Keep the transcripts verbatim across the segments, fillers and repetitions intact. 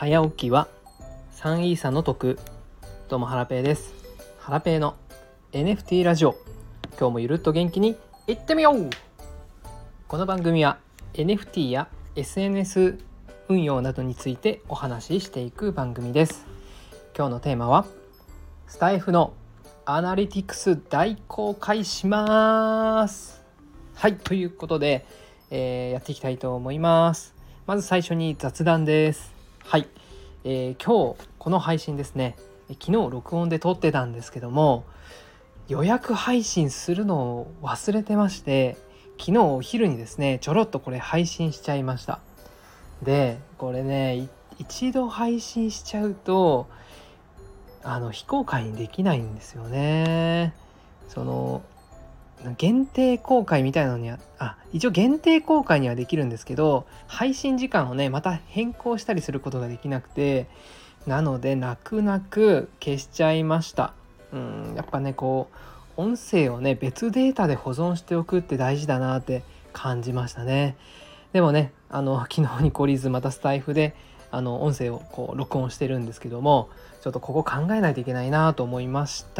早起きはさんイーサの得。どうもハラペーです。ハラペーの エヌエフティー ラジオ、今日もゆるっと元気にいってみよう。この番組は エヌエフティー や エスエヌエス 運用などについてお話ししていく番組です。今日のテーマはスタイフのアナリティクス大公開します。はい、ということで、えー、やっていきたいと思います。まず最初に雑談です。はい、えー、今日この配信ですね、昨日録音で撮ってたんですけども、予約配信するのを忘れてまして、昨日お昼にですねちょろっとこれ配信しちゃいました。でこれね、一度配信しちゃうとあの非公開にできないんですよね。その限定公開みたいなのにはあ一応限定公開にはできるんですけど、配信時間をねまた変更したりすることができなくて、なので泣く泣く消しちゃいました。うんやっぱねこう音声をね別データで保存しておくって大事だなって感じましたね。でもねあの昨日に懲りずまたスタイフであの音声をこう録音してるんですけども、ちょっとここ考えないといけないなと思いました。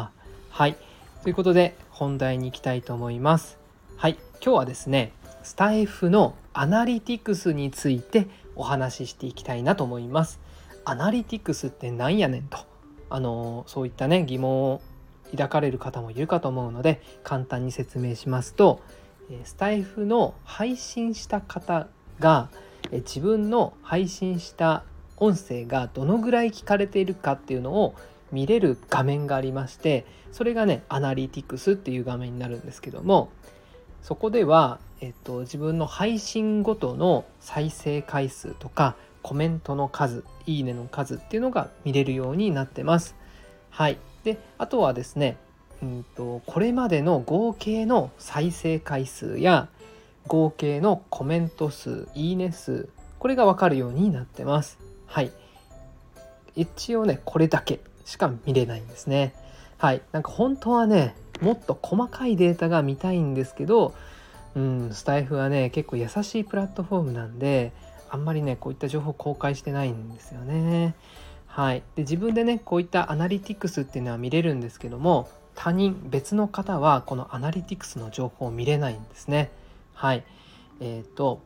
はい、ということで本題に行きたいと思います。はい、今日はですねスタイフのアナリティクスについてお話ししていきたいなと思います。アナリティクスってなんやねんと、あのそういったね疑問を抱かれる方もいるかと思うので、簡単に説明しますと、スタイフの配信した方が自分の配信した音声がどのぐらい聞かれているかっていうのを見れる画面がありまして、それがねアナリティクスっていう画面になるんですけども、そこでは、えっと、自分の配信ごとの再生回数とかコメントの数、いいねの数っていうのが見れるようになってます。はい、であとはですね、うんとこれまでの合計の再生回数や合計のコメント数、いいね数、これが分かるようになってます。はい、一応ねこれだけしか見れないんですね。はい、なんか本当はねもっと細かいデータが見たいんですけど、うん、スタイフはね結構優しいプラットフォームなんで、あんまりねこういった情報公開してないんですよね。はい、で自分でねこういったアナリティクスっていうのは見れるんですけども、他人別の方はこのアナリティクスの情報を見れないんですね。はい、えっ、ー、と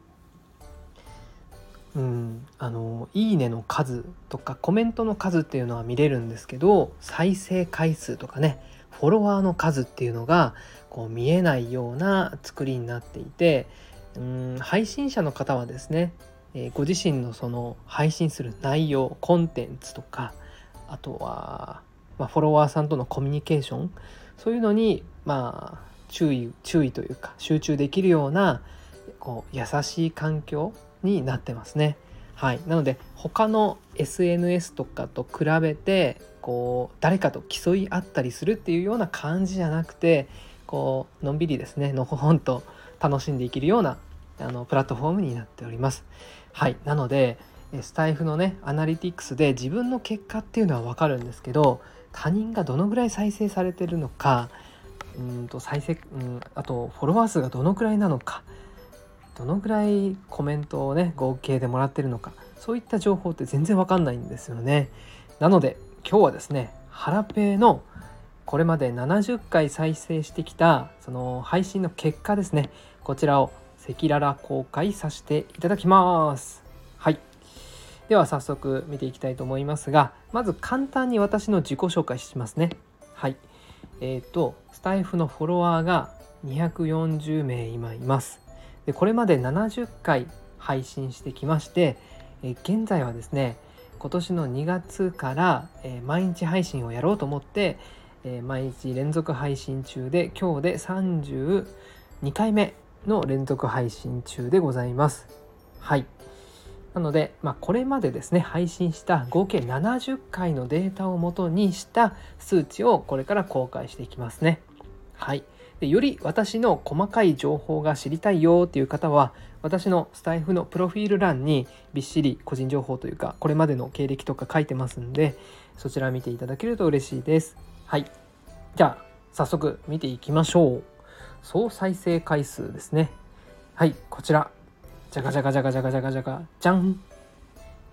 うんあのいいねの数とかコメントの数っていうのは見れるんですけど、再生回数とかねフォロワーの数っていうのがこう見えないような作りになっていて、うん配信者の方はですね、えーご自身のその配信する内容、コンテンツとか、あとは、まあ、フォロワーさんとのコミュニケーション、そういうのにまあ注意注意というか集中できるようなこう優しい環境になってますね。はい、なので他の エスエヌエス とかと比べてこう誰かと競い合ったりするっていうような感じじゃなくて、こうのんびりですねのほほんと楽しんでいけるようなあのプラットフォームになっております。はい、なのでスタイフのねアナリティクスで自分の結果っていうのは分かるんですけど、他人がどのぐらい再生されてるのか、うんと再生、うん、あとフォロワー数がどのくらいなのか、どのぐらいコメントをね合計でもらってるのか、そういった情報って全然わかんないんですよね。なので今日はですねハラペーのこれまでななじゅっかい再生してきたその配信の結果ですね、こちらを赤裸々公開させていただきます。はい、では早速見ていきたいと思いますが、まず簡単に私の自己紹介しますね。はい、えーとスタイフのフォロワーがにひゃくよんじゅうめい今います。でこれまでななじゅっかい配信してきまして、え現在はですね今年のにがつから、え毎日配信をやろうと思って、え毎日連続配信中で、今日でさんじゅうにかいめの連続配信中でございます。はい、なので、まあ、これまでですね配信した合計ななじゅっかいのデータを元にした数値をこれから公開していきますね。はい、でより私の細かい情報が知りたいよっていう方は、私のスタイフのプロフィール欄にびっしり個人情報というかこれまでの経歴とか書いてますんで、そちら見ていただけると嬉しいです。はい、じゃあ早速見ていきましょう。総再生回数ですね。はい、こちらじゃがじゃがじゃがじゃがじゃがじゃがじゃん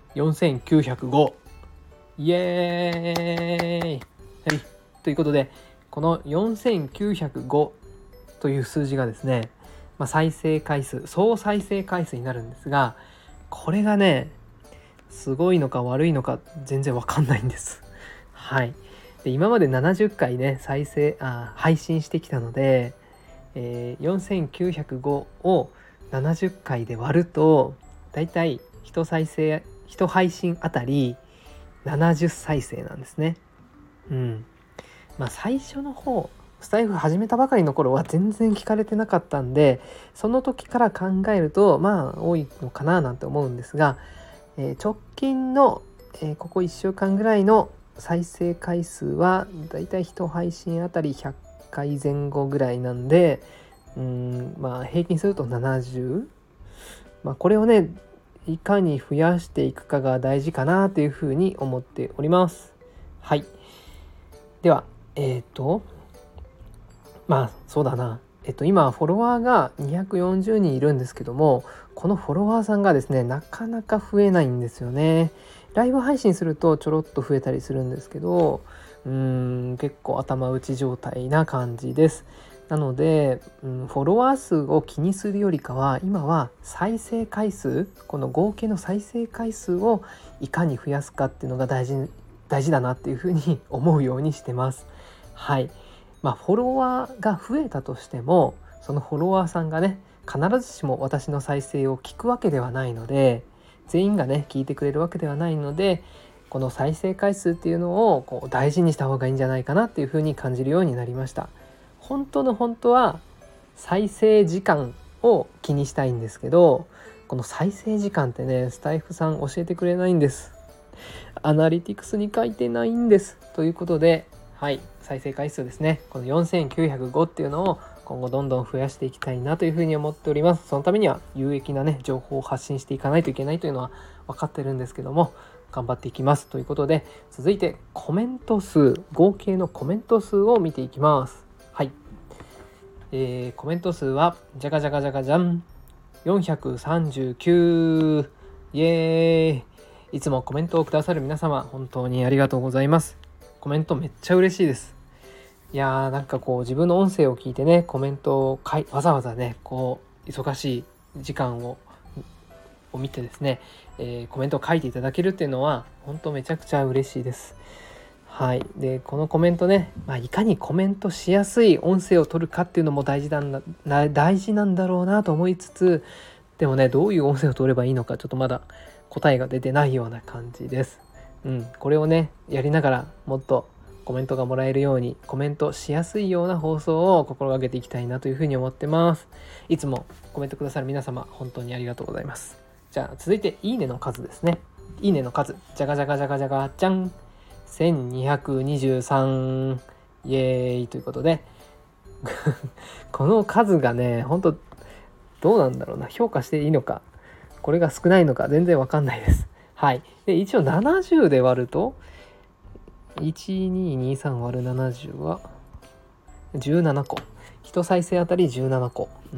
よんせんきゅうひゃくご、イエーイ、はい、ということでこのよんせんきゅうひゃくごという数字がですね、まあ、再生回数総再生回数になるんですが、これがねすごいのか悪いのか全然わかんないんです。はい。で今までななじゅっかいね再生あ配信してきたので、えー、よんせんきゅうひゃくごをななじゅっかいで割るとだいたいいち再生いち配信あたりななじゅう再生なんですね。うん。まあ最初の方スタイフ始めたばかりの頃は全然聞かれてなかったんで、その時から考えるとまあ多いのかななんて思うんですが、えー、直近の、えー、ここいっしゅうかんぐらいの再生回数はだいたいいち配信あたりひゃっかいぜん後ぐらいなんで、うーんまあ平均するとななじゅう、まあこれをねいかに増やしていくかが大事かなというふうに思っております。はい。ではえっ、ー、とまあそうだなえっと今フォロワーがにひゃくよんじゅうにんいるんですけども、このフォロワーさんがですねなかなか増えないんですよね。ライブ配信するとちょろっと増えたりするんですけど、うーん結構頭打ち状態な感じです。なので、うん、フォロワー数を気にするよりかは今は再生回数、この合計の再生回数をいかに増やすかっていうのが大事大事だなっていうふうに思うようにしてます。はい。まあフォロワーが増えたとしてもそのフォロワーさんがね必ずしも私の再生を聞くわけではないので、全員がね聞いてくれるわけではないので、この再生回数っていうのをこう大事にした方がいいんじゃないかなっていうふうに感じるようになりました。本当の本当は再生時間を気にしたいんですけど、この再生時間ってねスタイフさん教えてくれないんです。アナリティクスに書いてないんです。ということで、はい再生回数ですね、このよんせんきゅうひゃくごっていうのを今後どんどん増やしていきたいなというふうに思っております。そのためには有益なね情報を発信していかないといけないというのは分かってるんですけども、頑張っていきますということで、続いてコメント数、合計のコメント数を見ていきます。はい、えー、コメント数はじゃがじゃがじゃがじゃんよんひゃくさんじゅうきゅう、イエーイ。いつもコメントをくださる皆様本当にありがとうございます。コメントめっちゃ嬉しいです。いやーなんかこう自分の音声を聞いてねコメントをかいわざわざねこう忙しい時間をを見てですね、えー、コメントを書いていただけるっていうのは本当めちゃくちゃ嬉しいです。はい。でこのコメントね、まあ、いかにコメントしやすい音声を取るかっていうのも大事なんだな大事なんだろうなと思いつつ、でもねどういう音声を取ればいいのかちょっとまだ答えが出てないような感じです。うん、これをねやりながらもっとコメントがもらえるようにコメントしやすいような放送を心がけていきたいなというふうに思ってます。いつもコメントくださる皆様本当にありがとうございます。じゃあ続いていいねの数ですね。いいねの数じゃがじゃがじゃがじゃがじゃんせんにひゃくにじゅうさん、イエーイということでこの数がね本当どうなんだろうな、評価していいのかこれが少ないのか全然わかんないです。はい。で一応ななじゅうで割るといちにーにーさん割るななじゅうはじゅうななこ、いち再生あたりじゅうななこ。うん、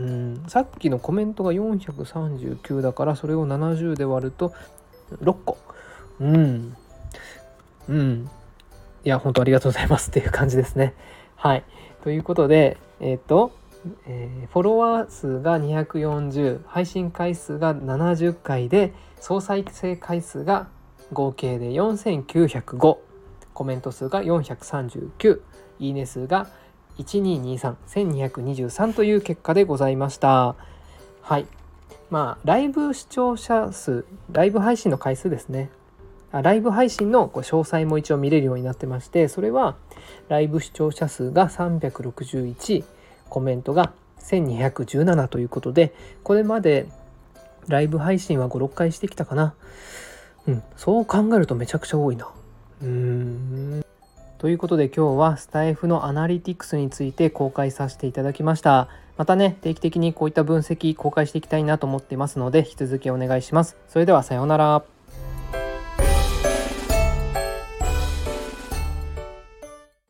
さっきのコメントがよんひゃくさんじゅうきゅうだからそれをななじゅうで割るとろっこ。うんうんいや本当ありがとうございますっていう感じですね。はい。ということでえっ、ー、と、えー、フォロワー数がにひゃくよんじゅう、配信回数がななじゅっかいで総再生回数が合計でよんせんきゅうひゃくご、コメント数がよんひゃくさんじゅうきゅう、いいね数がいちにーにーさん、せんにひゃくにじゅうさんという結果でございました。はい。まあライブ視聴者数、ライブ配信の回数ですね。あライブ配信のこう詳細も一応見れるようになってまして、それはライブ視聴者数がさんびゃくろくじゅういち、コメントがせんにひゃくじゅうななということで、これまでライブ配信はご、ろっかいしてきたかな。うん、そう考えるとめちゃくちゃ多いな。うーんということで今日はスタイフのアナリティクスについて公開させていただきました。またね定期的にこういった分析公開していきたいなと思っていますので引き続きお願いします。それではさようなら。